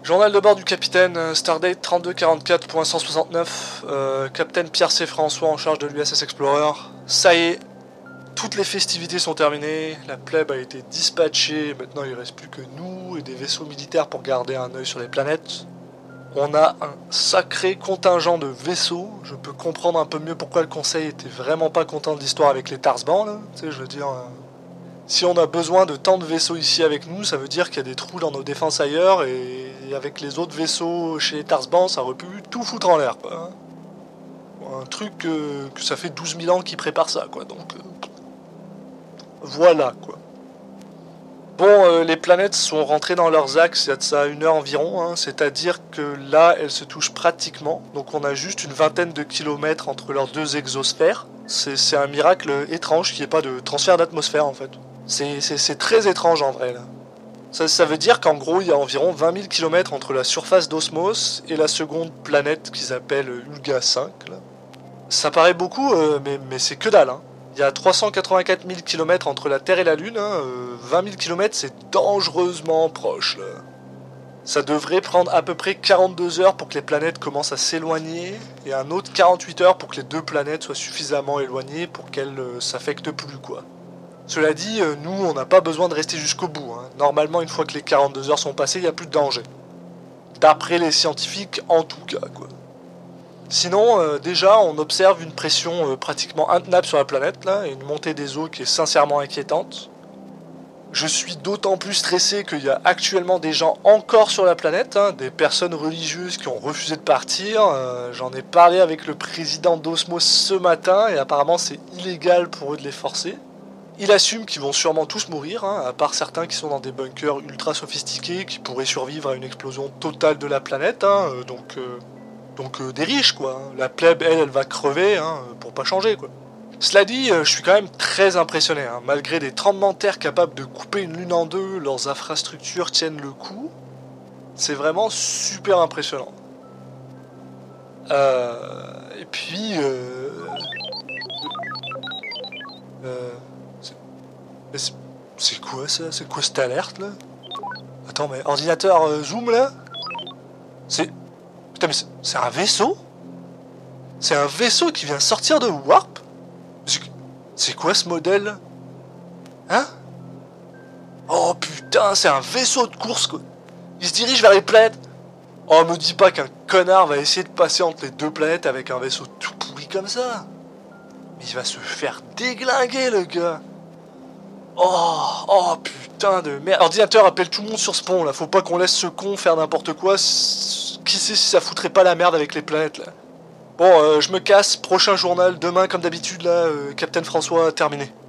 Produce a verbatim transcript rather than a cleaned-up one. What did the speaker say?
Journal de bord du capitaine, euh, Stardate trente-deux quarante-quatre point cent soixante-neuf, euh, capitaine Pierre C. François en charge de l'U S S Explorer. Ça y est, toutes les festivités sont terminées, la plèbe a été dispatchée, maintenant il ne reste plus que nous et des vaisseaux militaires pour garder un œil sur les planètes. On a un sacré contingent de vaisseaux, je peux comprendre un peu mieux pourquoi le conseil était vraiment pas content de l'histoire avec les Tarsban, là, tu sais, je veux dire... Euh... Si on a besoin de tant de vaisseaux ici avec nous, ça veut dire qu'il y a des trous dans nos défenses ailleurs, et avec les autres vaisseaux chez les Tarsban, ça aurait pu tout foutre en l'air, quoi. Un truc que, que ça fait douze mille ans qu'ils préparent ça, quoi, donc... Euh, voilà, quoi. Bon, euh, les planètes sont rentrées dans leurs axes il y a de ça une heure environ, hein, c'est-à-dire que là, elles se touchent pratiquement, donc on a juste une vingtaine de kilomètres entre leurs deux exosphères. C'est un miracle étrange qu'il n'y ait pas de transfert d'atmosphère, en fait. C'est très étrange en vrai là. Ça, ça veut dire qu'en gros il y a environ vingt mille kilomètres entre la surface d'Osmos et la seconde planète qu'ils appellent Ulga cinq là. Ça paraît beaucoup euh, mais, mais c'est que dalle hein. Il y a trois cent quatre-vingt-quatre mille kilomètres entre la Terre et la Lune, hein. euh, vingt mille kilomètres c'est dangereusement proche là. Ça devrait prendre à peu près quarante-deux heures pour que les planètes commencent à s'éloigner et un autre quarante-huit heures pour que les deux planètes soient suffisamment éloignées pour qu'elles euh, s'affectent plus quoi. Cela dit, nous, on n'a pas besoin de rester jusqu'au bout. Hein. Normalement, une fois que les quarante-deux heures sont passées, il n'y a plus de danger. D'après les scientifiques, en tout cas, quoi. Sinon, euh, déjà, on observe une pression euh, pratiquement intenable sur la planète, là, et une montée des eaux qui est sincèrement inquiétante. Je suis d'autant plus stressé qu'il y a actuellement des gens encore sur la planète, hein, des personnes religieuses qui ont refusé de partir. Euh, J'en ai parlé avec le président d'Osmos ce matin, et apparemment c'est illégal pour eux de les forcer. Il assume qu'ils vont sûrement tous mourir, hein, à part certains qui sont dans des bunkers ultra sophistiqués qui pourraient survivre à une explosion totale de la planète, hein, euh, donc, euh, donc euh, des riches quoi. Hein. La plèbe, elle, elle va crever, hein, pour pas changer quoi. Cela dit, euh, je suis quand même très impressionné, hein, malgré des tremblements de terre capables de couper une lune en deux, leurs infrastructures tiennent le coup. C'est vraiment super impressionnant. Euh, et puis... Euh, euh, Mais c'est quoi ça? C'est quoi cette alerte là? Attends, mais ordinateur euh, zoom là? C'est... Putain, mais c'est un vaisseau? C'est un vaisseau qui vient sortir de Warp? C'est quoi ce modèle? Hein? Oh putain, c'est un vaisseau de course quoi. Il se dirige vers les planètes. Oh, me dis pas qu'un connard va essayer de passer entre les deux planètes avec un vaisseau tout pourri comme ça. Mais il va se faire déglinguer le gars. Oh, oh putain de merde. Ordinateur, appelle tout le monde sur ce pont là. Faut pas qu'on laisse ce con faire n'importe quoi. Qui sait si ça foutrait pas la merde avec les planètes là. Bon, euh, je me casse. Prochain journal demain comme d'habitude là. Euh, Capitaine François terminé.